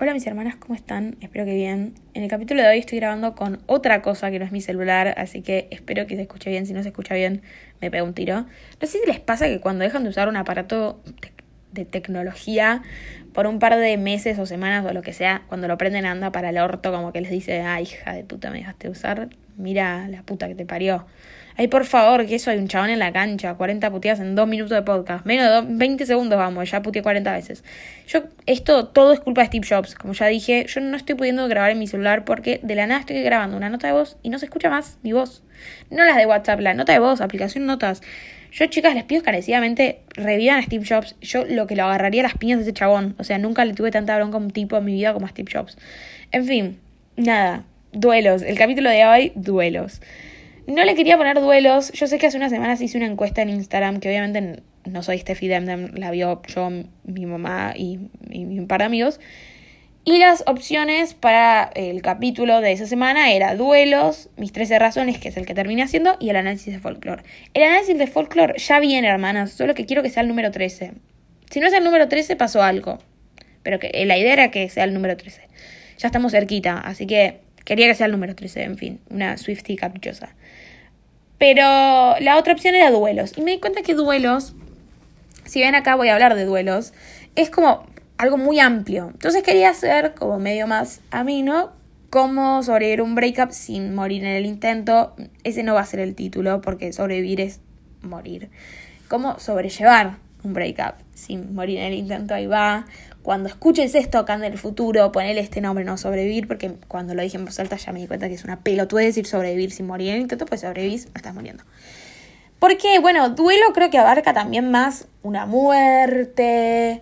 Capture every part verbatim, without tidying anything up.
Hola mis hermanas, ¿cómo están? Espero que bien. En el capítulo de hoy estoy grabando con otra cosa que no es mi celular, así que espero que se escuche bien. Si no se escucha bien, me pego un tiro. No sé si les pasa que cuando dejan de usar un aparato te- de tecnología por un par de meses o semanas o lo que sea, cuando lo prenden anda para el orto, como que les dice, ay, hija de puta, me dejaste de usar, mira la puta que te parió. Ay, por favor, que eso hay un chabón en la cancha, cuarenta puteadas en dos minutos de podcast, menos de do- veinte segundos vamos, ya puteé cuarenta veces. Yo, esto todo es culpa de Steve Jobs, como ya dije, yo no estoy pudiendo grabar en mi celular porque de la nada estoy grabando una nota de voz y no se escucha más mi voz. No las de WhatsApp, la nota de voz, aplicación notas. Yo, chicas, les pido encarecidamente, revivan a Steve Jobs. Yo lo que lo agarraría a las piñas de ese chabón. O sea, nunca le tuve tanta bronca a un tipo en mi vida como a Steve Jobs. En fin, nada, duelos. El capítulo de hoy, duelos. No le quería poner duelos. Yo sé que hace unas semanas hice una encuesta en Instagram, que obviamente no soy Steffi Demdem, la vio yo, mi mamá y, y un par de amigos. Y las opciones para el capítulo de esa semana era duelos, mis trece razones, que es el que terminé haciendo, y el análisis de folclore. El análisis de folclore ya viene, hermanas, solo que quiero que sea el número trece. Si no es el número trece, pasó algo. Pero que la idea era que sea el número trece. Ya estamos cerquita, así que quería que sea el número trece, en fin, una Swiftie caprichosa. Pero la otra opción era duelos. Y me di cuenta que duelos, si ven acá voy a hablar de duelos, es como algo muy amplio. Entonces quería hacer como medio más ameno, cómo sobrevivir un breakup sin morir en el intento. Ese no va a ser el título porque sobrevivir es morir. Cómo sobrellevar un breakup sin morir en el intento, ahí va. Cuando escuches esto acá en el futuro, ponele este nombre, no sobrevivir, porque cuando lo dije en voz alta ya me di cuenta que es una pelotudez decir sobrevivir sin morir en el intento, pues sobrevivís, no estás muriendo. Porque, bueno, duelo creo que abarca también más una muerte,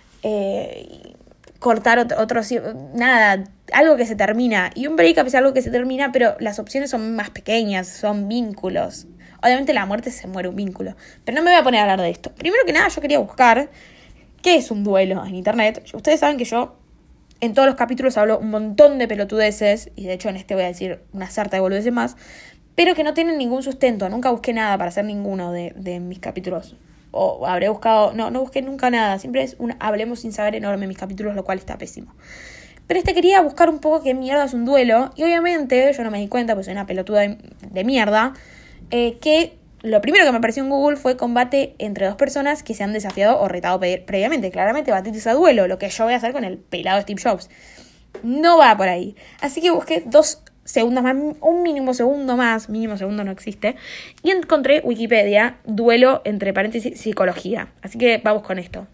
eh, cortar otro, otro, nada, algo que se termina. Y un breakup es algo que se termina, pero las opciones son más pequeñas, son vínculos. Obviamente la muerte se muere un vínculo, pero no me voy a poner a hablar de esto. Primero que nada yo quería buscar qué es un duelo en internet. Ustedes saben que yo en todos los capítulos hablo un montón de pelotudeces, y de hecho en este voy a decir una sarta de boludeces más, pero que no tienen ningún sustento. Nunca busqué nada para hacer ninguno de, de mis capítulos. O habré buscado... No, no busqué nunca nada. Siempre es un hablemos sin saber enorme en mis capítulos, lo cual está pésimo. Pero este quería buscar un poco qué mierda es un duelo. Y obviamente yo no me di cuenta, pues soy una pelotuda de, de mierda, eh, que lo primero que me apareció en Google fue combate entre dos personas que se han desafiado o retado pe- previamente. Claramente batiste a duelo, lo que yo voy a hacer con el pelado Steve Jobs. No va por ahí. Así que busqué dos segundos más, un mínimo segundo más, mínimo segundo no existe, y encontré Wikipedia, duelo, entre paréntesis, psicología. Así que vamos con esto.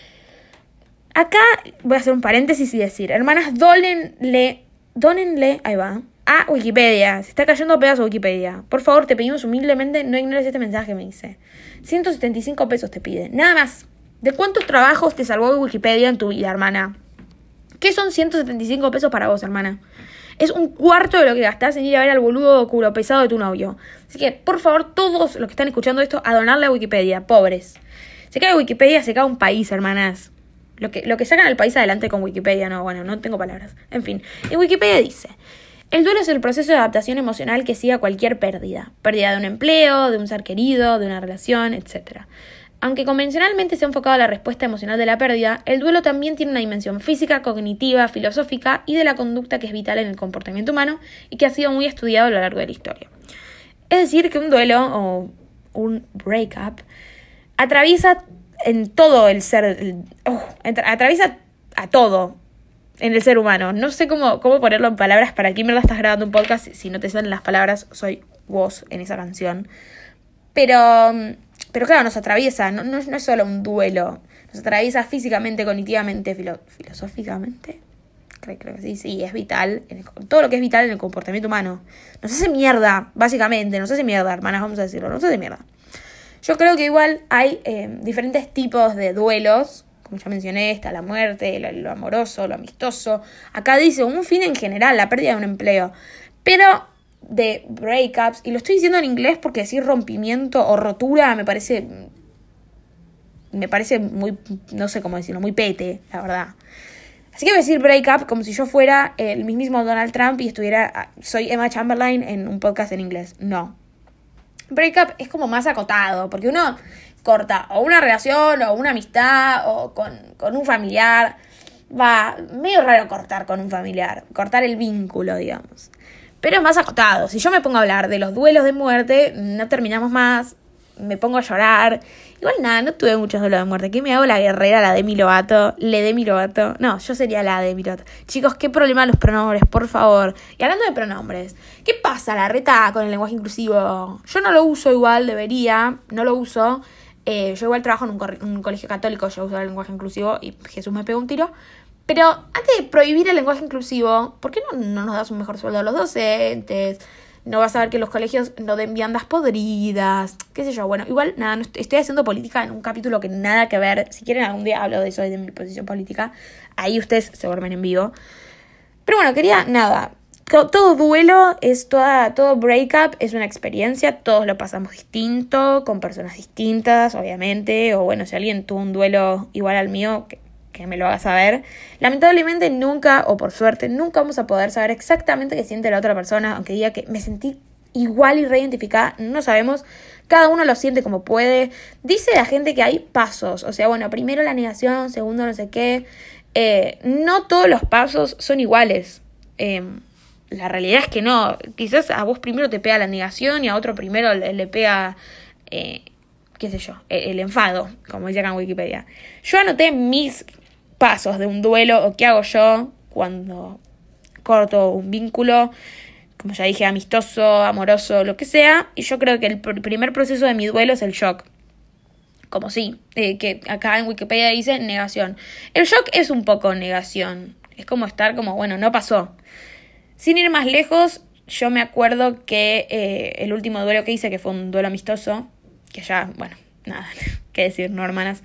Acá voy a hacer un paréntesis y decir, hermanas, dónenle, dónenle, ahí va, a Wikipedia. Se está cayendo a pedazos Wikipedia. Por favor, te pedimos humildemente, no ignores este mensaje, me dice. ciento setenta y cinco pesos te pide, nada más. ¿De cuántos trabajos te salvó Wikipedia en tu vida, hermana? ¿Qué son ciento setenta y cinco pesos para vos, hermana? Es un cuarto de lo que gastás en ir a ver al boludo culo pesado de tu novio. Así que, por favor, todos los que están escuchando esto, a donarle a Wikipedia, pobres. Se cae Wikipedia, se cae un país, hermanas. Lo que, lo que sacan al país adelante con Wikipedia, no, bueno, no tengo palabras. En fin, en Wikipedia dice: el duelo es el proceso de adaptación emocional que sigue a cualquier pérdida. Pérdida de un empleo, de un ser querido, de una relación, etcétera. Aunque convencionalmente se ha enfocado a la respuesta emocional de la pérdida, el duelo también tiene una dimensión física, cognitiva, filosófica y de la conducta que es vital en el comportamiento humano y que ha sido muy estudiado a lo largo de la historia. Es decir, que un duelo o un breakup atraviesa en todo el ser, el, uh, atraviesa a todo en el ser humano. No sé cómo, cómo ponerlo en palabras. ¿Para qué mierda estás grabando un podcast si no te salen las palabras? Soy vos en esa canción. Pero... Pero claro, nos atraviesa, no, no, no es solo un duelo, nos atraviesa físicamente, cognitivamente, filo, filosóficamente. Creo, creo que sí, sí, es vital, en el, todo lo que es vital en el comportamiento humano. Nos hace mierda, básicamente, nos hace mierda, hermanas, vamos a decirlo, nos hace mierda. Yo creo que igual hay eh, diferentes tipos de duelos, como ya mencioné, está la muerte, lo, lo amoroso, lo amistoso. Acá dice un fin en general, la pérdida de un empleo, pero de breakups, y lo estoy diciendo en inglés porque decir rompimiento o rotura me parece me parece muy, no sé cómo decirlo, muy pete, la verdad. Así que voy a decir breakup como si yo fuera el mismísimo Donald Trump y estuviera, soy Emma Chamberlain en un podcast en inglés. No. Breakup es como más acotado, porque uno corta o una relación o una amistad o con, con un familiar. va, medio raro cortar con un familiar, cortar el vínculo, digamos. Pero es más acotado. Si yo me pongo a hablar de los duelos de muerte, no terminamos más, me pongo a llorar. Igual nada, no tuve muchos duelos de muerte. ¿Qué me hago la guerrera, la Demi Lovato? Le Demi Lovato. No, yo sería la Demi Lovato. Chicos, qué problema los pronombres, por favor. Y hablando de pronombres, ¿qué pasa la reta con el lenguaje inclusivo? Yo no lo uso igual, debería, no lo uso. Eh, yo igual trabajo en un, co- un colegio católico, yo uso el lenguaje inclusivo y Jesús me pegó un tiro. Pero antes de prohibir el lenguaje inclusivo, ¿por qué no, no nos das un mejor sueldo a los docentes? No vas a ver que los colegios no den viandas podridas, qué sé yo. Bueno, igual, nada, no estoy, estoy haciendo política en un capítulo que nada que ver. Si quieren algún día hablo de eso y de mi posición política. Ahí ustedes se duermen en vivo. Pero bueno, quería, nada, todo duelo, es toda, todo breakup es una experiencia. Todos lo pasamos distinto, con personas distintas, obviamente. O bueno, si alguien tuvo un duelo igual al mío, que, que me lo haga saber. Lamentablemente nunca, o por suerte, nunca vamos a poder saber exactamente qué siente la otra persona, aunque diga que me sentí igual y reidentificada, no sabemos, cada uno lo siente como puede. Dice la gente que hay pasos, o sea, bueno, primero la negación, segundo no sé qué, eh, no todos los pasos son iguales, eh, la realidad es que no, quizás a vos primero te pega la negación y a otro primero le, le pega... Eh, qué sé yo, el, el enfado, como dice acá en Wikipedia. Yo anoté mis pasos de un duelo, o qué hago yo cuando corto un vínculo, como ya dije, amistoso, amoroso, lo que sea, y yo creo que el pr- primer proceso de mi duelo es el shock. Como sí, eh, que acá en Wikipedia dice negación. El shock es un poco negación, es como estar como, bueno, no pasó. Sin ir más lejos, yo me acuerdo que eh, el último duelo que hice, que fue un duelo amistoso, que ya, bueno, nada, qué decir, no, hermanas.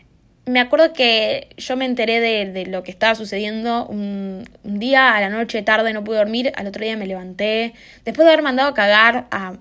Me acuerdo que yo me enteré de, de lo que estaba sucediendo un, un día, a la noche, tarde, no pude dormir. Al otro día me levanté, después de haber mandado a cagar a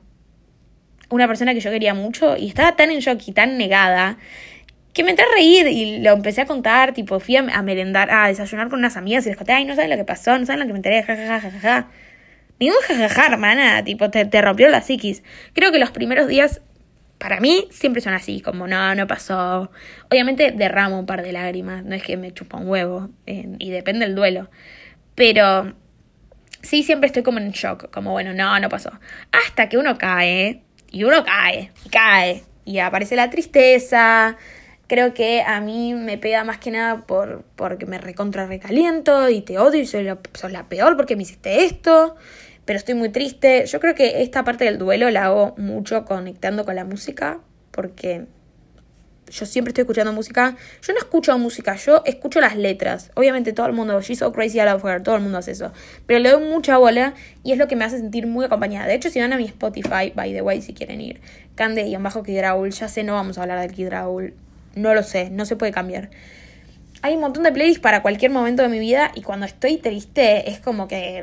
una persona que yo quería mucho, y estaba tan en shock y tan negada, que me entré a reír y lo empecé a contar, tipo, fui a, a merendar, a desayunar con unas amigas y les conté, ay, no saben lo que pasó, no saben lo que me enteré, jajaja, jajaja. Ja, ja, ja. Ningún jajaja, hermana, tipo, te, te rompió la psiquis. Creo que los primeros días... Para mí siempre son así, como no, no pasó. Obviamente derramo un par de lágrimas, no es que me chupa un huevo, eh, y depende del duelo. Pero sí, siempre estoy como en shock, como bueno, no, no pasó. Hasta que uno cae, y uno cae, y cae, y aparece la tristeza. Creo que a mí me pega más que nada por porque me recontra recaliento y te odio y soy la, sos la peor porque me hiciste esto. Pero estoy muy triste. Yo creo que esta parte del duelo la hago mucho conectando con la música, porque yo siempre estoy escuchando música. Yo no escucho música, yo escucho las letras. Obviamente todo el mundo, She's So Crazy I Love Her, todo el mundo hace eso. Pero le doy mucha bola y es lo que me hace sentir muy acompañada. De hecho, si van a mi Spotify, by the way, si quieren ir, Cande-Kid Raúl, ya sé, no vamos a hablar del Kid Raúl. No lo sé, no se puede cambiar. Hay un montón de playlists para cualquier momento de mi vida y cuando estoy triste es como que...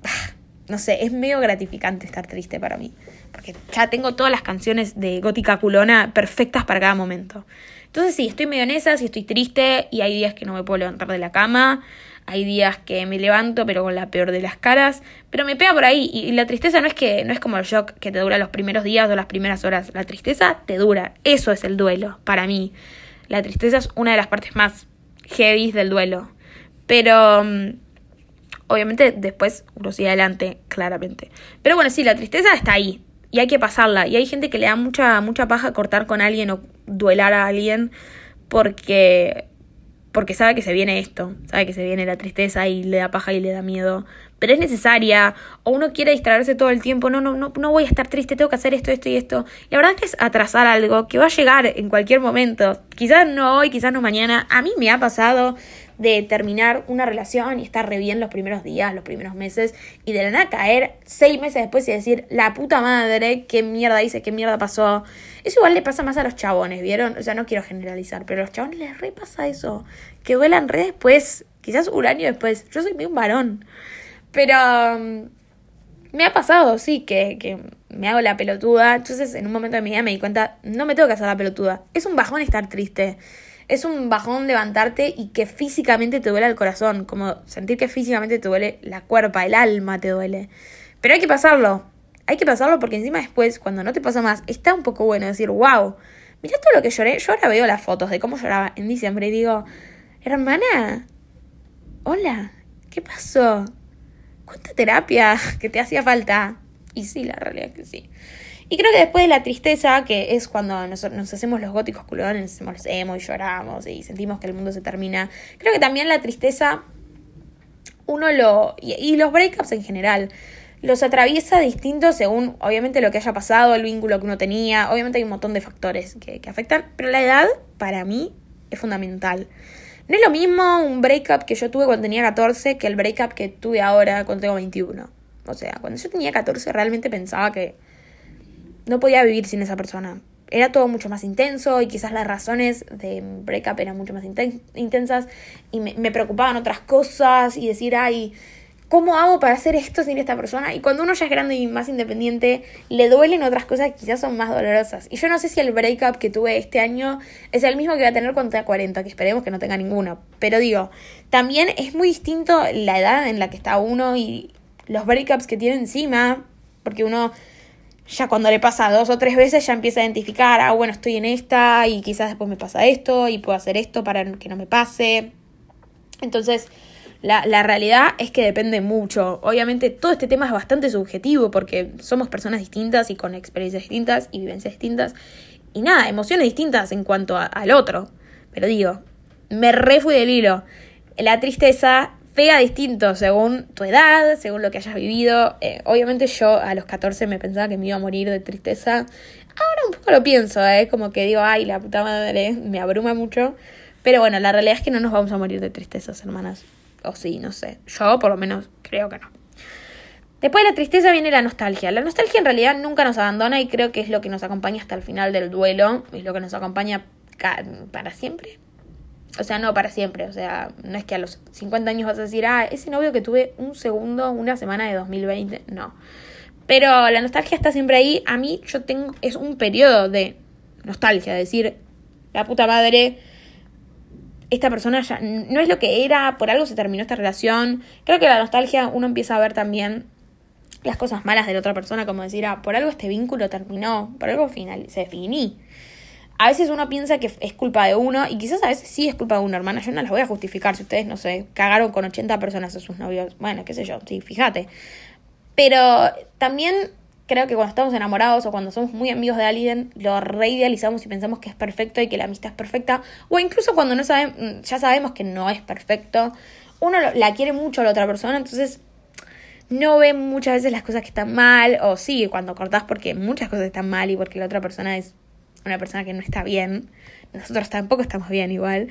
No sé, es medio gratificante estar triste para mí. Porque ya tengo todas las canciones de Gótica Culona perfectas para cada momento. Entonces sí, estoy medio en esas y estoy triste. Y hay días que no me puedo levantar de la cama. Hay días que me levanto pero con la peor de las caras. Pero me pega por ahí. Y la tristeza no es que no es como el shock que te dura los primeros días o las primeras horas. La tristeza te dura. Eso es el duelo para mí. La tristeza es una de las partes más heavy del duelo. Pero... obviamente después uno sigue adelante, claramente. Pero bueno, sí, la tristeza está ahí. Y hay que pasarla. Y hay gente que le da mucha, mucha paja cortar con alguien o duelar a alguien porque, porque sabe que se viene esto. Sabe que se viene la tristeza y le da paja y le da miedo. Pero es necesaria. O uno quiere distraerse todo el tiempo. No, no, no, no voy a estar triste, tengo que hacer esto, esto y esto. Y la verdad es que es atrasar algo que va a llegar en cualquier momento. Quizás no hoy, quizás no mañana. A mí me ha pasado de terminar una relación y estar re bien los primeros días, los primeros meses, y de la nada caer seis meses después y decir, la puta madre, qué mierda hice, qué mierda pasó. Eso igual le pasa más a los chabones, ¿vieron? O sea, no quiero generalizar, pero a los chabones les re pasa eso, que duelan re después, quizás un año después. Yo soy medio un varón, pero um, me ha pasado, sí, que, que me hago la pelotuda. Entonces, en un momento de mi vida me di cuenta, no me tengo que hacer la pelotuda. Es un bajón estar triste. Es un bajón levantarte y que físicamente te duele el corazón. Como sentir que físicamente te duele la cuerpa, el alma te duele. Pero hay que pasarlo. Hay que pasarlo porque encima después, cuando no te pasa más, está un poco bueno decir, wow, mirá todo lo que lloré. Yo ahora veo las fotos de cómo lloraba en diciembre y digo, hermana, hola, ¿qué pasó? ¿Cuánta terapia que te hacía falta? Y sí, la realidad es que sí. Y creo que después de la tristeza, que es cuando nos, nos hacemos los góticos culones, nos hacemos los emo y lloramos y sentimos que el mundo se termina, creo que también la tristeza, uno lo... Y, y los breakups en general, los atraviesa distintos según, obviamente, lo que haya pasado, el vínculo que uno tenía. Obviamente hay un montón de factores que, que afectan, pero la edad, para mí, es fundamental. No es lo mismo un breakup que yo tuve cuando tenía catorce que el breakup que tuve ahora cuando tengo veintiuno. O sea, cuando yo tenía catorce realmente pensaba que no podía vivir sin esa persona. Era todo mucho más intenso y quizás las razones de breakup eran mucho más inten- intensas y me, me preocupaban otras cosas y decir, ay, ¿cómo hago para hacer esto sin esta persona? Y cuando uno ya es grande y más independiente, le duelen otras cosas que quizás son más dolorosas. Y yo no sé si el breakup que tuve este año es el mismo que voy a tener cuando tenga cuarenta, que esperemos que no tenga ninguno. Pero digo, también es muy distinto la edad en la que está uno y los breakups que tiene encima, porque uno ya cuando le pasa dos o tres veces ya empieza a identificar, ah, bueno, estoy en esta y quizás después me pasa esto y puedo hacer esto para que no me pase. Entonces, la, la realidad es que depende mucho. Obviamente todo este tema es bastante subjetivo porque somos personas distintas y con experiencias distintas y vivencias distintas y nada, emociones distintas en cuanto a, al otro. Pero digo, me re fui del hilo. La tristeza pega distinto según tu edad, según lo que hayas vivido. Eh, obviamente yo a los catorce me pensaba que me iba a morir de tristeza. Ahora un poco lo pienso, ¿eh? Como que digo, ay, la puta madre, me abruma mucho. Pero bueno, la realidad es que no nos vamos a morir de tristezas, hermanas. O sí, no sé. Yo por lo menos creo que no. Después de la tristeza viene la nostalgia. La nostalgia en realidad nunca nos abandona y creo que es lo que nos acompaña hasta el final del duelo. Es lo que nos acompaña ca- para siempre. O sea, no para siempre, o sea, no es que a los cincuenta años vas a decir, ah, ese novio que tuve un segundo, una semana de dos mil veinte, no. Pero la nostalgia está siempre ahí. A mí yo tengo, es un periodo de nostalgia, de decir, la puta madre, esta persona ya no es lo que era, por algo se terminó esta relación. Creo que la nostalgia uno empieza a ver también las cosas malas de la otra persona, como decir, ah, por algo este vínculo terminó, por algo final, se finí. A veces uno piensa que es culpa de uno, y quizás a veces sí es culpa de uno, hermana. Yo no las voy a justificar si ustedes, no sé, cagaron con ochenta personas a sus novios. Bueno, qué sé yo, sí, fíjate. Pero también creo que cuando estamos enamorados o cuando somos muy amigos de alguien, lo reidealizamos y pensamos que es perfecto y que la amistad es perfecta. O incluso cuando no sabemos, ya sabemos que no es perfecto, uno la quiere mucho a la otra persona, entonces no ve muchas veces las cosas que están mal. O sí, cuando cortás porque muchas cosas están mal y porque la otra persona es una persona que no está bien, nosotros tampoco estamos bien igual,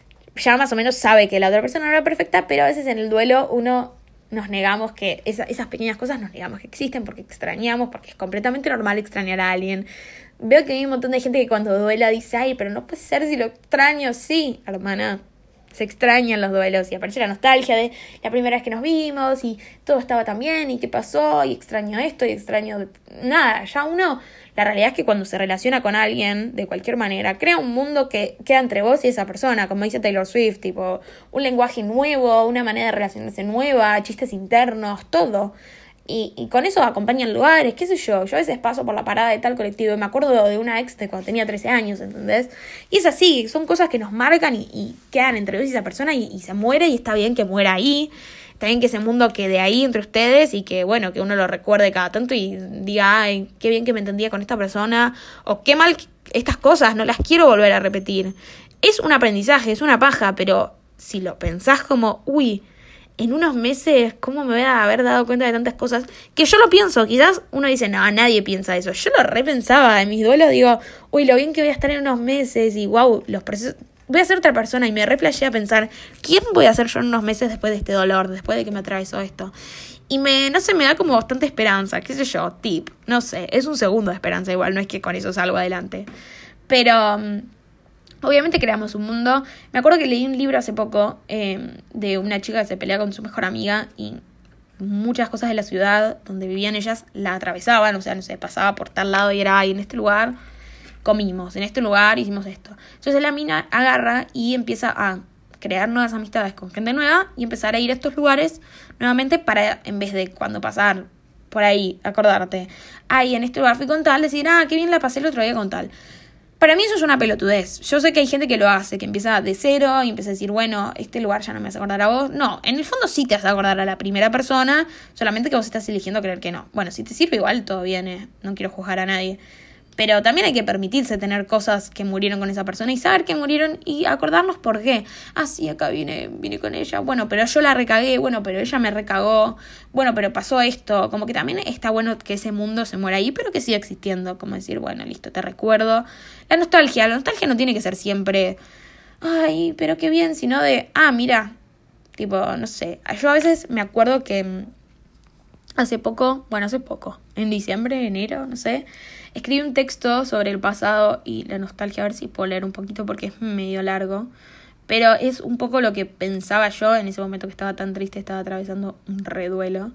ya más o menos sabe que la otra persona no era perfecta, pero a veces en el duelo uno nos negamos que esa, esas pequeñas cosas nos negamos que existen porque extrañamos, porque es completamente normal extrañar a alguien. Veo que hay un montón de gente que cuando duela dice, ay, pero no puede ser si lo extraño. Sí, hermana, se extrañan los duelos y aparece la nostalgia de la primera vez que nos vimos y todo estaba tan bien y qué pasó y extraño esto y extraño nada. Ya uno, la realidad es que cuando se relaciona con alguien de cualquier manera, crea un mundo que queda entre vos y esa persona, como dice Taylor Swift, tipo un lenguaje nuevo, una manera de relacionarse nueva, chistes internos, todo. Y, y con eso acompañan lugares, qué sé yo. Yo a veces paso por la parada de tal colectivo y me acuerdo de una ex de cuando tenía trece años, ¿entendés? Y es así, son cosas que nos marcan y, y quedan entre vos y esa persona y, y se muere y está bien que muera ahí. Está bien que ese mundo quede ahí entre ustedes y que, bueno, que uno lo recuerde cada tanto y diga, ay, qué bien que me entendía con esta persona o qué mal estas cosas, no las quiero volver a repetir. Es un aprendizaje, es una paja, pero si lo pensás como, uy, en unos meses, ¿cómo me voy a haber dado cuenta de tantas cosas? Que yo lo pienso, quizás uno dice, no, nadie piensa eso. Yo lo repensaba en mis duelos, digo, uy, lo bien que voy a estar en unos meses y wow, los procesos, voy a ser otra persona y me reflashé a pensar, ¿quién voy a ser yo en unos meses después de este dolor, después de que me atravesó esto? Y me, no sé, me da como bastante esperanza, qué sé yo, tip, no sé, es un segundo de esperanza igual, no es que con eso salgo adelante. Pero obviamente creamos un mundo. Me acuerdo que leí un libro hace poco eh, de una chica que se pelea con su mejor amiga y muchas cosas de la ciudad donde vivían ellas la atravesaban, o sea, no sé, pasaba por tal lado y era, ay, en este lugar comimos, en este lugar hicimos esto. Entonces la mina agarra y empieza a crear nuevas amistades con gente nueva y empezar a ir a estos lugares nuevamente para, en vez de cuando pasar por ahí, acordarte, ay, en este lugar fui con tal, decir, ah, qué bien la pasé el otro día con tal. Para mí eso es una pelotudez. Yo sé que hay gente que lo hace, que empieza de cero y empieza a decir, bueno, este lugar ya no me hace acordar a vos. No, en el fondo sí te hace acordar a la primera persona, solamente que vos estás eligiendo creer que no. Bueno, si te sirve igual, todo bien, eh. No quiero juzgar a nadie. Pero también hay que permitirse tener cosas que murieron con esa persona y saber que murieron y acordarnos por qué. Ah, sí, acá vine, vine con ella. Bueno, pero yo la recagué. Bueno, pero ella me recagó. Bueno, pero pasó esto. Como que también está bueno que ese mundo se muera ahí, pero que siga existiendo. Como decir, bueno, listo, te recuerdo. La nostalgia. La nostalgia no tiene que ser siempre, ay, pero qué bien, sino de, ah, mira. Tipo, no sé. Yo a veces me acuerdo que hace poco, bueno, hace poco, en diciembre, enero, no sé, escribí un texto sobre el pasado y la nostalgia, a ver si puedo leer un poquito porque es medio largo, pero es un poco lo que pensaba yo en ese momento que estaba tan triste, estaba atravesando un reduelo,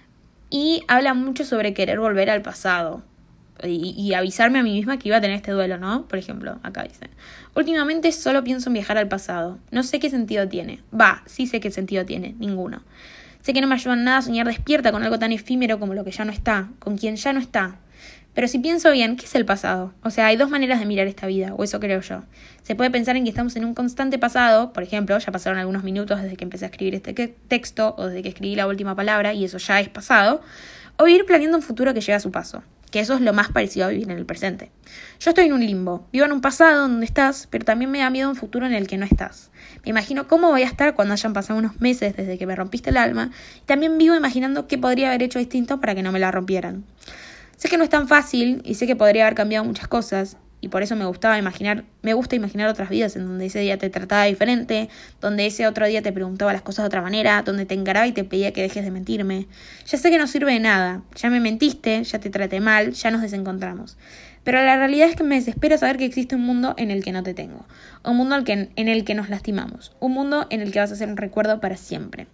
y habla mucho sobre querer volver al pasado y, y avisarme a mí misma que iba a tener este duelo, ¿no? Por ejemplo, acá dice, últimamente solo pienso en viajar al pasado, no sé qué sentido tiene, va, sí sé qué sentido tiene, ninguno. Sé que no me ayuda en nada a soñar despierta con algo tan efímero como lo que ya no está, con quien ya no está. Pero si pienso bien, ¿qué es el pasado? O sea, hay dos maneras de mirar esta vida, o eso creo yo. Se puede pensar en que estamos en un constante pasado, por ejemplo, ya pasaron algunos minutos desde que empecé a escribir este texto, o desde que escribí la última palabra, y eso ya es pasado, o vivir planeando un futuro que llega a su paso, que eso es lo más parecido a vivir en el presente. Yo estoy en un limbo, vivo en un pasado donde estás, pero también me da miedo un futuro en el que no estás. Me imagino cómo voy a estar cuando hayan pasado unos meses desde que me rompiste el alma, y también vivo imaginando qué podría haber hecho distinto para que no me la rompieran. Sé que no es tan fácil, y sé que podría haber cambiado muchas cosas, y por eso me gustaba imaginar, me gusta imaginar otras vidas en donde ese día te trataba diferente, donde ese otro día te preguntaba las cosas de otra manera, donde te encaraba y te pedía que dejes de mentirme. Ya sé que no sirve de nada, ya me mentiste, ya te traté mal, ya nos desencontramos. Pero la realidad es que me desespera saber que existe un mundo en el que no te tengo, un mundo en el que nos lastimamos, un mundo en el que vas a ser un recuerdo para siempre.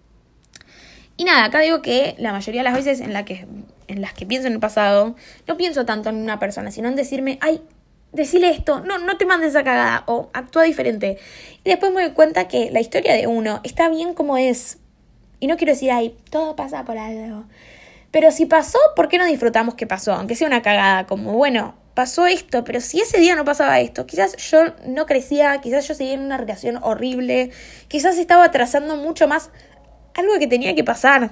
Y nada, acá digo que la mayoría de las veces en, la que, en las que pienso en el pasado, no pienso tanto en una persona, sino en decirme, ay, decile esto, no, no te mandes esa cagada, o actúa diferente. Y después me doy cuenta que la historia de uno está bien como es. Y no quiero decir, ay, todo pasa por algo. Pero si pasó, ¿por qué no disfrutamos que pasó? Aunque sea una cagada, como, bueno, pasó esto, pero si ese día no pasaba esto, quizás yo no crecía, quizás yo seguía en una relación horrible, quizás estaba atrasando mucho más algo que tenía que pasar.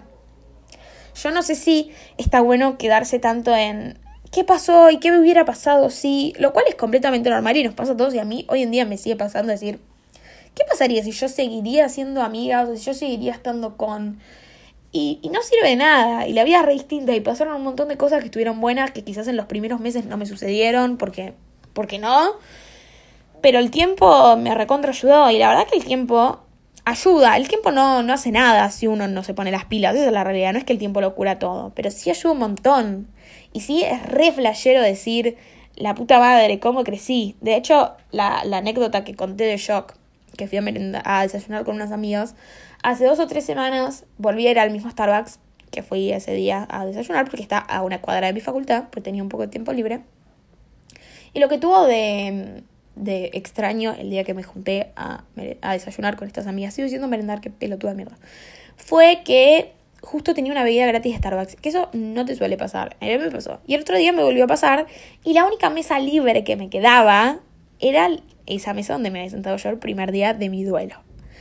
Yo no sé si está bueno quedarse tanto en qué pasó y qué me hubiera pasado si, lo cual es completamente normal y nos pasa a todos, y a mí hoy en día me sigue pasando decir, ¿qué pasaría si yo seguiría siendo amiga o si yo seguiría estando con? Y, y no sirve de nada, y la vida es re distinta, y pasaron un montón de cosas que estuvieron buenas, que quizás en los primeros meses no me sucedieron, porque, porque no, pero el tiempo me recontra ayudó, y la verdad que el tiempo ayuda. El tiempo no, no hace nada si uno no se pone las pilas, esa es la realidad, no es que el tiempo lo cura todo, pero sí ayuda un montón, y sí es re flashero decir, la puta madre, cómo crecí. De hecho, la, la anécdota que conté de Shock, que fui a, merenda, a desayunar con unos amigos, hace dos o tres semanas volví a ir al mismo Starbucks que fui ese día a desayunar porque está a una cuadra de mi facultad, pues tenía un poco de tiempo libre. Y lo que tuvo de, de extraño el día que me junté a, a desayunar con estas amigas, sigo diciendo merendar, qué pelotuda mierda, fue que justo tenía una bebida gratis de Starbucks, que eso no te suele pasar, a mí me pasó. Y el otro día me volvió a pasar y la única mesa libre que me quedaba era esa mesa donde me había sentado yo el primer día de mi duelo.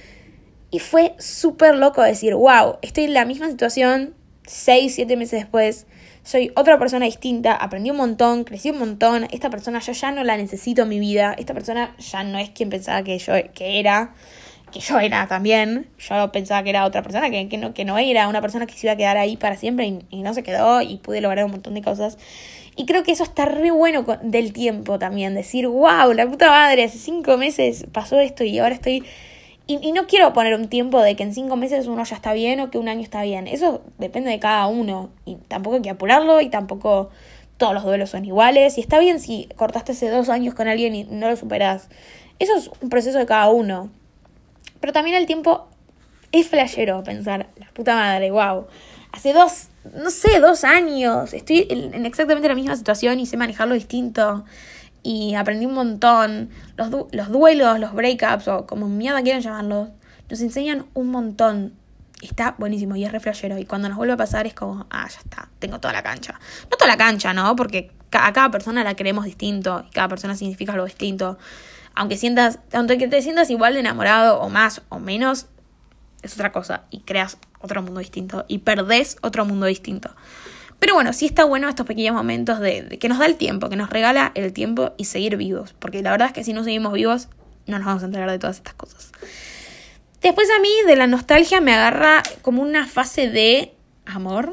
Y fue súper loco decir, wow, estoy en la misma situación, seis, siete meses después, soy otra persona distinta, aprendí un montón, crecí un montón, esta persona yo ya no la necesito en mi vida, esta persona ya no es quien pensaba que yo que era, que yo era también, yo pensaba que era otra persona, que, que, no, que no era una persona que se iba a quedar ahí para siempre y, y no se quedó y pude lograr un montón de cosas. Y creo que eso está re bueno con, del tiempo también, decir, wow, la puta madre, hace cinco meses pasó esto y ahora estoy... Y, y no quiero poner un tiempo de que en cinco meses uno ya está bien o que un año está bien. Eso depende de cada uno. Y tampoco hay que apurarlo y tampoco todos los duelos son iguales. Y está bien si cortaste hace dos años con alguien y no lo superás. Eso es un proceso de cada uno. Pero también el tiempo es flashero pensar, la puta madre, wow. Hace dos, no sé, dos años. Estoy en, en exactamente la misma situación y sé manejarlo distinto. Y aprendí un montón. Los, du- los duelos, los breakups, o como mierda quieran llamarlos, nos enseñan un montón. Está buenísimo y es re flashero. Y cuando nos vuelve a pasar es como, ah, ya está, tengo toda la cancha. No toda la cancha, ¿no? Porque A cada persona la queremos distinto, y cada persona significa algo distinto. Aunque sientas, aunque te sientas igual de enamorado, o más, o menos, es otra cosa. Y creas otro mundo distinto. Y perdés otro mundo distinto. Pero bueno, sí está bueno estos pequeños momentos de, de que nos da el tiempo, que nos regala el tiempo y seguir vivos. Porque la verdad es que si no seguimos vivos, no nos vamos a enterar de todas estas cosas. Después a mí de la nostalgia me agarra como una fase de amor.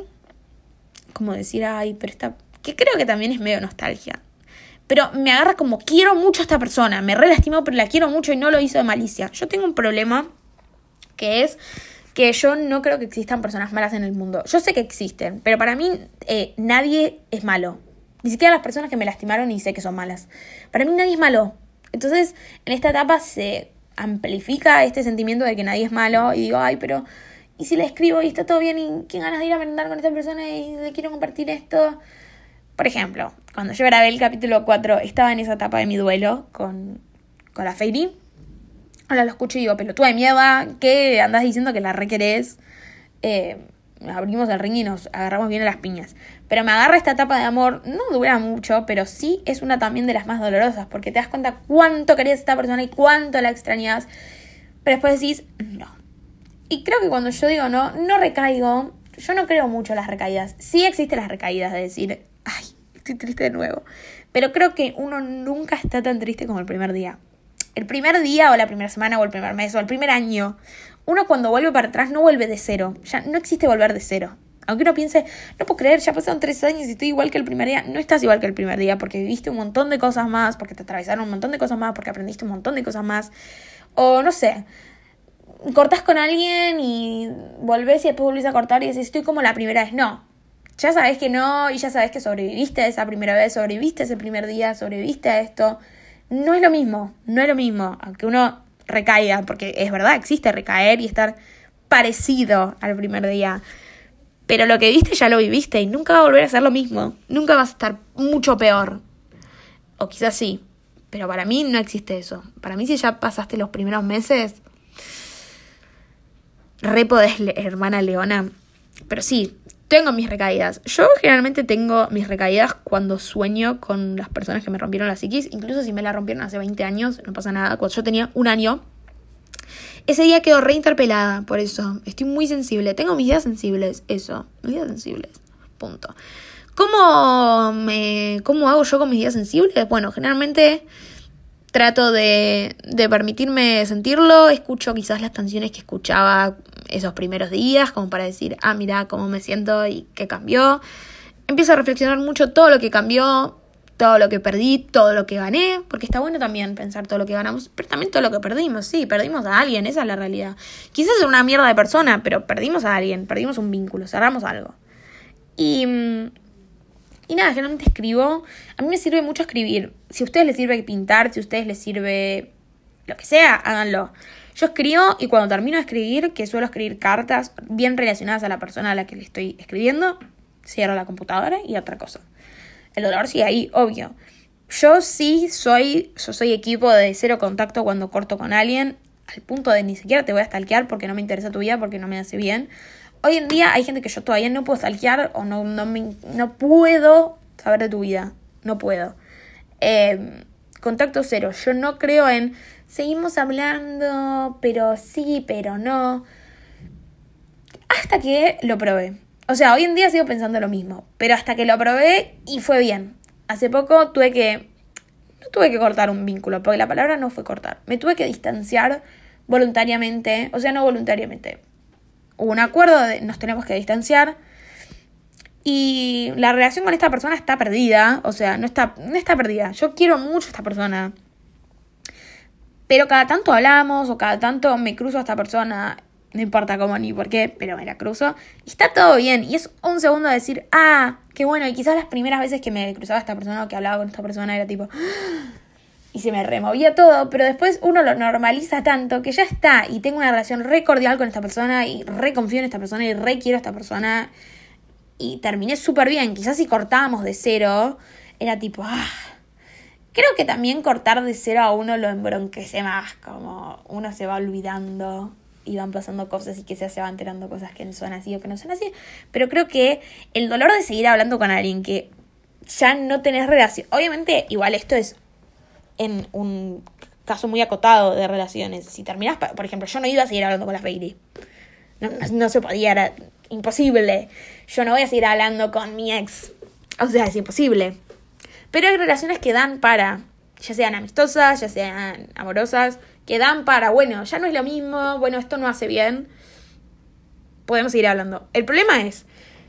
Como decir, ay, pero esta... que creo que también es medio nostalgia. Pero me agarra como, quiero mucho a esta persona. Me re lastimó, pero la quiero mucho y no lo hizo de malicia. Yo tengo un problema que es que yo no creo que existan personas malas en el mundo. Yo sé que existen, pero para mí eh, nadie es malo. Ni siquiera las personas que me lastimaron y sé que son malas. Para mí nadie es malo. Entonces, en esta etapa se amplifica este sentimiento de que nadie es malo. Y digo, ay, pero... ¿y si le escribo y está todo bien? ¿Y qué ganas de ir a merendar con esta persona y le quiero compartir esto? Por ejemplo, cuando yo grabé el capítulo cuatro, estaba en esa etapa de mi duelo con, con la Fairy. Ahora lo escucho y digo, pelotuda de mierda, ¿qué andás diciendo que la requerés? Eh, abrimos el ring y nos agarramos bien a las piñas. Pero me agarra esta etapa de amor, no dura mucho, pero sí es una también de las más dolorosas, porque te das cuenta cuánto querías a esta persona y cuánto la extrañas. Pero después decís, no. Y creo que cuando yo digo no, no recaigo. Yo no creo mucho en las recaídas. Sí existen las recaídas de decir, ay, estoy triste de nuevo. Pero creo que uno nunca está tan triste como el primer día. El primer día o la primera semana o el primer mes o el primer año. Uno cuando vuelve para atrás no vuelve de cero. Ya no existe volver de cero. Aunque uno piense, no puedo creer, ya pasaron tres años y estoy igual que el primer día. No estás igual que el primer día porque viviste un montón de cosas más, porque te atravesaron un montón de cosas más, porque aprendiste un montón de cosas más. O no sé... cortás con alguien y volvés y después volvés a cortar y decís, estoy como la primera vez. No, ya sabés que no y ya sabés que sobreviviste a esa primera vez, sobreviviste a ese primer día, sobreviviste a esto. No es lo mismo, no es lo mismo, aunque uno recaiga, porque es verdad, existe recaer y estar parecido al primer día. Pero lo que viste ya lo viviste y nunca va a volver a ser lo mismo, nunca vas a estar mucho peor. O quizás sí, pero para mí no existe eso. Para mí si ya pasaste los primeros meses... re podés, hermana Leona. Pero sí, tengo mis recaídas. Yo generalmente tengo mis recaídas cuando sueño con las personas que me rompieron la psiquis. Incluso si me la rompieron hace veinte años, no pasa nada. Cuando yo tenía un año, ese día quedo reinterpelada. Por eso, estoy muy sensible. Tengo mis días sensibles, eso. Mis días sensibles, punto. ¿Cómo, me, cómo hago yo con mis días sensibles? Bueno, generalmente... trato de, de permitirme sentirlo, escucho quizás las canciones que escuchaba esos primeros días, como para decir, ah, mira cómo me siento y qué cambió. Empiezo a reflexionar mucho todo lo que cambió, todo lo que perdí, todo lo que gané, porque está bueno también pensar todo lo que ganamos, pero también todo lo que perdimos, sí, perdimos a alguien, esa es la realidad. Quizás es una mierda de persona, pero perdimos a alguien, perdimos un vínculo, cerramos algo. Y... Y nada, generalmente escribo. A mí me sirve mucho escribir. Si a ustedes les sirve pintar, si a ustedes les sirve lo que sea, háganlo. Yo escribo y cuando termino de escribir, que suelo escribir cartas bien relacionadas a la persona a la que le estoy escribiendo, cierro la computadora y otra cosa. El dolor sigue ahí, obvio. Yo sí soy, yo soy equipo de cero contacto cuando corto con alguien, al punto de ni siquiera te voy a stalkear porque no me interesa tu vida, porque no me hace bien. Hoy en día hay gente que yo todavía no puedo stalkear o no, no, me, no puedo saber de tu vida. No puedo. Eh, contacto cero. Yo no creo en seguimos hablando, pero sí, pero no. Hasta que lo probé. O sea, hoy en día sigo pensando lo mismo. Pero hasta que lo probé y fue bien. Hace poco tuve que... No tuve que cortar un vínculo, porque la palabra no fue cortar. Me tuve que distanciar voluntariamente. O sea, no voluntariamente. Hubo un acuerdo de nos tenemos que distanciar y la relación con esta persona está perdida, o sea, no está, no está perdida. Yo quiero mucho a esta persona, pero cada tanto hablamos o cada tanto me cruzo a esta persona, no importa cómo ni por qué, pero me la cruzo y está todo bien. Y es un segundo de decir, ah, qué bueno, y quizás las primeras veces que me cruzaba a esta persona o que hablaba con esta persona era tipo... y se me removía todo, pero después uno lo normaliza tanto que ya está, y tengo una relación re cordial con esta persona, y re confío en esta persona, y re quiero a esta persona, y terminé súper bien. Quizás si cortábamos de cero, era tipo, ah, creo que también cortar de cero a uno lo embronquece más, como uno se va olvidando, y van pasando cosas, y quizás se va enterando cosas que son así o que no son así, pero creo que el dolor de seguir hablando con alguien que ya no tenés relación. Obviamente, igual esto es en un caso muy acotado de relaciones. Si terminás, por ejemplo, yo no iba a seguir hablando con las Bailey. No, no, no se podía, era imposible. Yo no voy a seguir hablando con mi ex. O sea, es imposible. Pero hay relaciones que dan para, ya sean amistosas, ya sean amorosas, que dan para, bueno, ya no es lo mismo, bueno, esto no hace bien. Podemos seguir hablando. El problema es,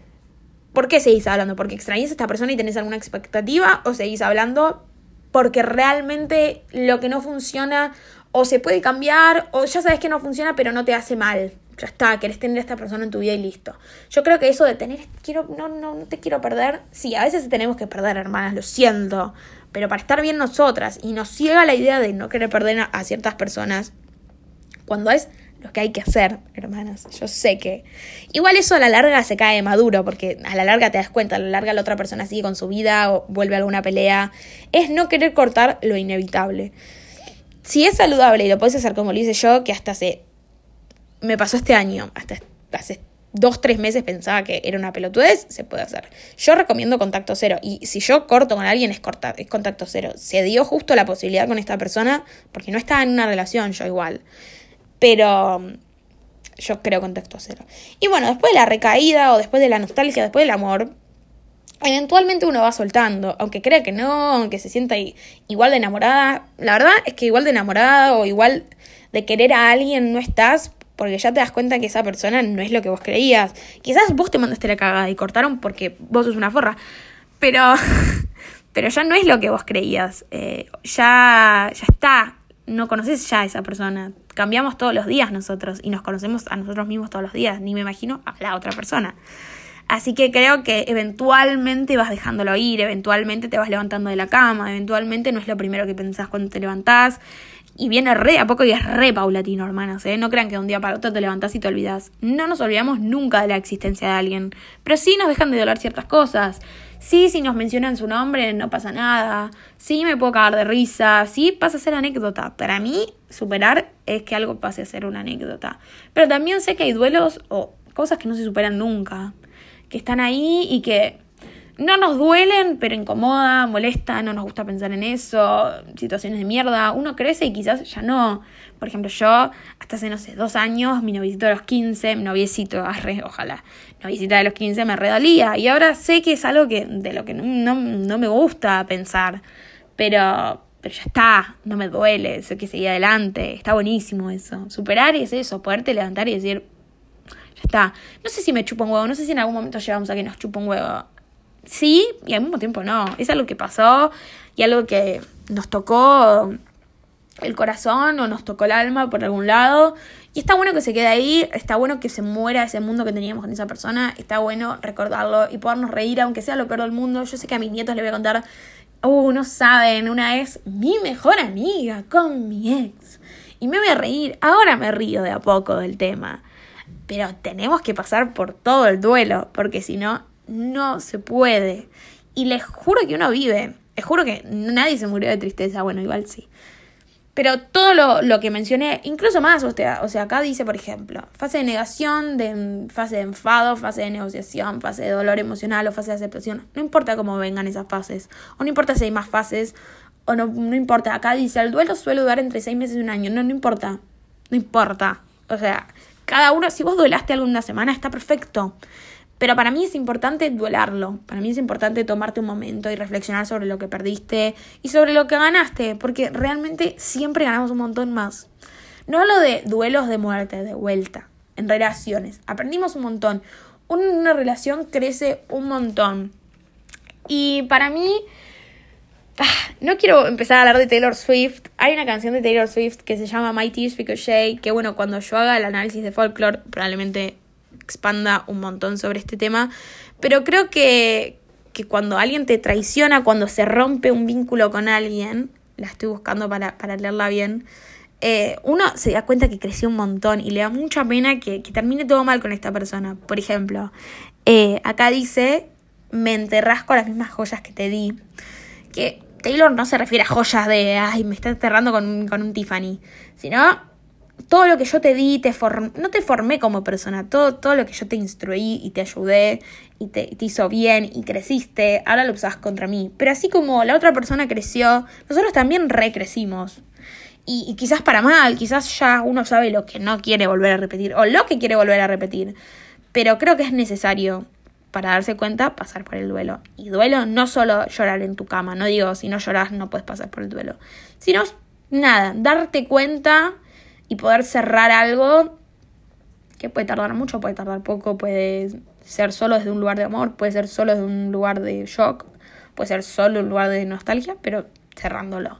¿por qué seguís hablando? ¿Porque extrañas a esta persona y tenés alguna expectativa? ¿O seguís hablando porque realmente lo que no funciona o se puede cambiar o ya sabes que no funciona pero no te hace mal? Ya está, querés tener a esta persona en tu vida y listo. Yo creo que eso de tener, quiero, no, no, no te quiero perder. Sí, a veces tenemos que perder, hermanas, lo siento. Pero para estar bien nosotras, y nos ciega la idea de no querer perder a, a ciertas personas, cuando es lo que hay que hacer, hermanas. Yo sé que igual eso a la larga se cae maduro, porque a la larga te das cuenta, a la larga la otra persona sigue con su vida o vuelve a alguna pelea. Es no querer cortar lo inevitable. Si es saludable y lo podés hacer como lo hice yo, que hasta hace... me pasó este año, hasta hace dos, tres meses pensaba que era una pelotudez, se puede hacer. Yo recomiendo contacto cero, y si yo corto con alguien es, corta, es contacto cero. Se dio justo la posibilidad con esta persona, porque no estaba en una relación, yo igual. Pero yo creo contacto cero. Y bueno, después de la recaída, o después de la nostalgia, después del amor, eventualmente uno va soltando, aunque crea que no, aunque se sienta igual de enamorada. La verdad es que igual de enamorada o igual de querer a alguien no estás, porque ya te das cuenta que esa persona no es lo que vos creías. Quizás vos te mandaste la cagada y cortaron porque vos sos una forra, pero, pero ya no es lo que vos creías. Eh, ya, ya está, no conoces ya a esa persona. Cambiamos todos los días nosotros y nos conocemos a nosotros mismos todos los días, ni me imagino a la otra persona. Así que creo que eventualmente vas dejándolo ir, eventualmente te vas levantando de la cama, eventualmente no es lo primero que pensás cuando te levantás. Y viene re a poco y es re paulatino, hermanos, ¿eh? No crean que de un día para otro te levantás y te olvidás. No nos olvidamos nunca de la existencia de alguien. Pero sí nos dejan de doler ciertas cosas. Sí, si nos mencionan su nombre no pasa nada. Sí, me puedo cagar de risa. Sí, pasa a ser anécdota. Para mí, superar es que algo pase a ser una anécdota. Pero también sé que hay duelos o cosas que no se superan nunca. Que están ahí y que no nos duelen, pero incomoda, molesta, no nos gusta pensar en eso, situaciones de mierda. Uno crece y quizás ya no. Por ejemplo, yo, hasta hace, no sé, dos años, mi noviecito de los quince, mi noviecito, arre, ojalá, noviecita de los quince me redolía. Y ahora sé que es algo que de lo que no, no, no me gusta pensar. Pero, pero ya está, no me duele, sé que seguir adelante. Está buenísimo eso. Superar es eso, poderte levantar y decir, ya está. No sé si me chupa un huevo, no sé si en algún momento llegamos a que nos chupa un huevo. Sí, y al mismo tiempo no. Es algo que pasó y algo que nos tocó el corazón o nos tocó el alma por algún lado. Y está bueno que se quede ahí, está bueno que se muera ese mundo que teníamos con esa persona. Está bueno recordarlo y podernos reír, aunque sea lo peor del mundo. Yo sé que a mis nietos les voy a contar, uh, no saben, una vez mi mejor amiga con mi ex. Y me voy a reír, ahora me río de a poco del tema. Pero tenemos que pasar por todo el duelo, porque si no... no se puede. Y les juro que uno vive. Les juro que nadie se murió de tristeza. Bueno, igual sí. Pero todo lo, lo que mencioné, incluso más, o sea, o sea, acá dice, por ejemplo, fase de negación, de, fase de enfado, fase de negociación, fase de dolor emocional o fase de aceptación. No importa cómo vengan esas fases. O no importa si hay más fases. O no, no importa. Acá dice, el duelo suele durar entre seis meses y un año. No, no importa. No importa. O sea, cada uno, si vos duelaste algo en una semana, está perfecto. Pero para mí es importante duelarlo. Para mí es importante tomarte un momento y reflexionar sobre lo que perdiste y sobre lo que ganaste. Porque realmente siempre ganamos un montón más. No hablo de duelos de muerte, de vuelta. En relaciones. Aprendimos un montón. Una relación crece un montón. Y para mí... no quiero empezar a hablar de Taylor Swift. Hay una canción de Taylor Swift que se llama My Tears Ricochet. Que bueno, cuando yo haga el análisis de folklore probablemente... expanda un montón sobre este tema, pero creo que, que cuando alguien te traiciona, cuando se rompe un vínculo con alguien, la estoy buscando para, para leerla bien, eh, uno se da cuenta que creció un montón y le da mucha pena que, que termine todo mal con esta persona. Por ejemplo, eh, acá dice, me enterrás con las mismas joyas que te di, que Taylor no se refiere a joyas de, ay, me está enterrando con, con un Tiffany, sino todo lo que yo te di, te form- no te formé como persona, todo, todo lo que yo te instruí y te ayudé y te, te hizo bien y creciste, ahora lo usás contra mí. Pero así como la otra persona creció, nosotros también recrecimos. Y, y quizás para mal, quizás ya uno sabe lo que no quiere volver a repetir o lo que quiere volver a repetir. Pero creo que es necesario, para darse cuenta, pasar por el duelo. Y duelo no solo llorar en tu cama, no digo, si no lloras no puedes pasar por el duelo. Sino, nada, darte cuenta y poder cerrar algo que puede tardar mucho, puede tardar poco, puede ser solo desde un lugar de amor, puede ser solo desde un lugar de shock, puede ser solo un lugar de nostalgia, pero cerrándolo.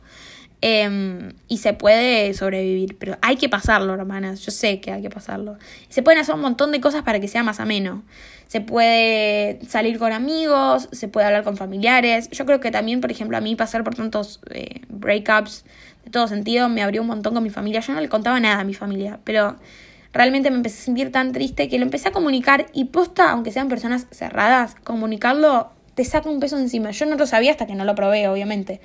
Eh, y se puede sobrevivir, pero hay que pasarlo, hermanas. Yo sé que hay que pasarlo. Se pueden hacer un montón de cosas para que sea más ameno. Se puede salir con amigos, se puede hablar con familiares. Yo creo que también, por ejemplo, a mí pasar por tantos eh, breakups de todo sentido me abrió un montón con mi familia. Yo no le contaba nada a mi familia, pero realmente me empecé a sentir tan triste que lo empecé a comunicar. Y posta, aunque sean personas cerradas, comunicarlo te saca un peso encima. Yo no lo sabía hasta que no lo probé, obviamente.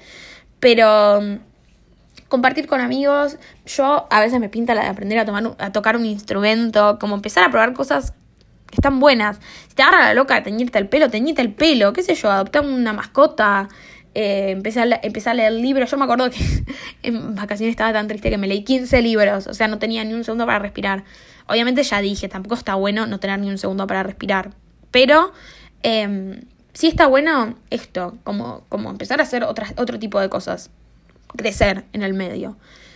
Pero compartir con amigos, yo a veces me pinta la de aprender a, tomar, a tocar un instrumento, como empezar a probar cosas que están buenas. Si te agarra la loca de teñirte el pelo, teñite el pelo, qué sé yo, adoptar una mascota, eh, empecé, a, empecé a leer libros. Yo me acuerdo que en vacaciones estaba tan triste que me leí quince libros, o sea, no tenía ni un segundo para respirar. Obviamente ya dije, tampoco está bueno no tener ni un segundo para respirar, pero eh, sí está bueno esto, como, como empezar a hacer otras, otro tipo de cosas. Crecer en el medio.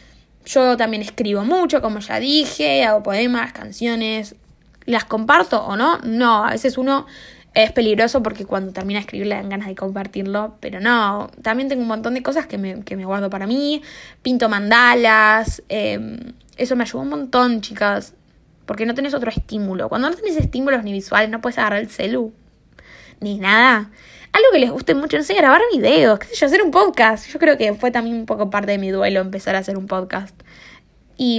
Yo también escribo mucho, como ya dije, hago poemas, canciones. ¿Las comparto o no? No, a veces uno es peligroso porque cuando termina de escribir le dan ganas de compartirlo, pero no, también tengo un montón de cosas que me, que me guardo para mí. Pinto mandalas, eh, eso me ayudó un montón, chicas, porque no tenés otro estímulo. Cuando no tenés estímulos ni visuales, no puedes agarrar el celu, ni nada. Algo que les guste mucho, no sé, grabar videos, qué sé yo, hacer un podcast. Yo creo que fue también un poco parte de mi duelo empezar a hacer un podcast. Y,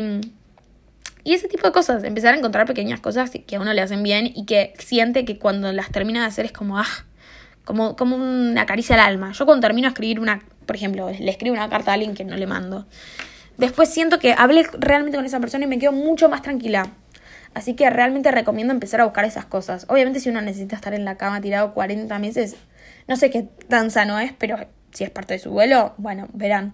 y ese tipo de cosas, empezar a encontrar pequeñas cosas que a uno le hacen bien y que siente que cuando las termina de hacer es como, ah, como, como una caricia al alma. Yo cuando termino de escribir una, por ejemplo, le escribo una carta a alguien que no le mando, después siento que hablé realmente con esa persona y me quedo mucho más tranquila. Así que realmente recomiendo empezar a buscar esas cosas. Obviamente si uno necesita estar en la cama tirado cuarenta meses, no sé qué tan sano es, pero si es parte de su duelo, bueno, verán.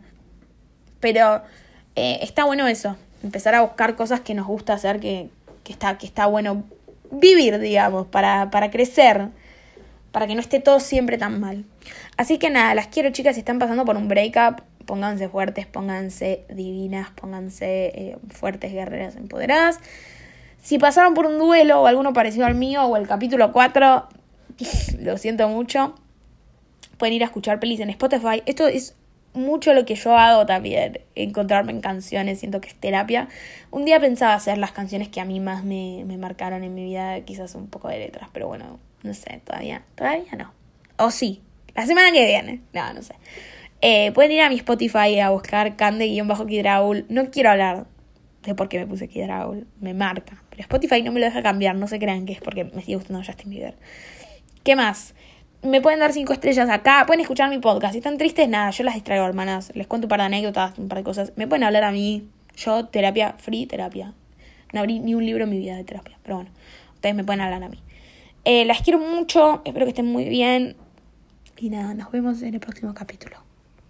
Pero eh, está bueno eso, empezar a buscar cosas que nos gusta hacer, que, que, está, que está bueno vivir, digamos, para, para crecer, para que no esté todo siempre tan mal. Así que nada, las quiero, chicas, si están pasando por un breakup, pónganse fuertes, pónganse divinas, pónganse eh, fuertes, guerreras, empoderadas. Si pasaron por un duelo o alguno parecido al mío o el capítulo cuatro, lo siento mucho. Pueden ir a escuchar pelis en Spotify. Esto es mucho lo que yo hago también, encontrarme en canciones, siento que es terapia. Un día pensaba hacer las canciones que a mí más me, me marcaron en mi vida, quizás un poco de letras, pero bueno, no sé, todavía, todavía no. O sí, la semana que viene, no, no sé. Eh, pueden ir a mi Spotify a buscar Cande-Kidraul. No quiero hablar de por qué me puse Kidraul, me marca. Pero Spotify no me lo deja cambiar, no se crean que es porque me sigue gustando Justin Bieber. ¿Qué más? Me pueden dar cinco estrellas acá, pueden escuchar mi podcast. Si están tristes, nada, yo las distraigo, hermanas. Les cuento un par de anécdotas, un par de cosas. Me pueden hablar a mí, yo, terapia, free terapia. No abrí ni un libro en mi vida de terapia, pero bueno, ustedes me pueden hablar a mí. Eh, las quiero mucho, espero que estén muy bien. Y nada, nos vemos en el próximo capítulo.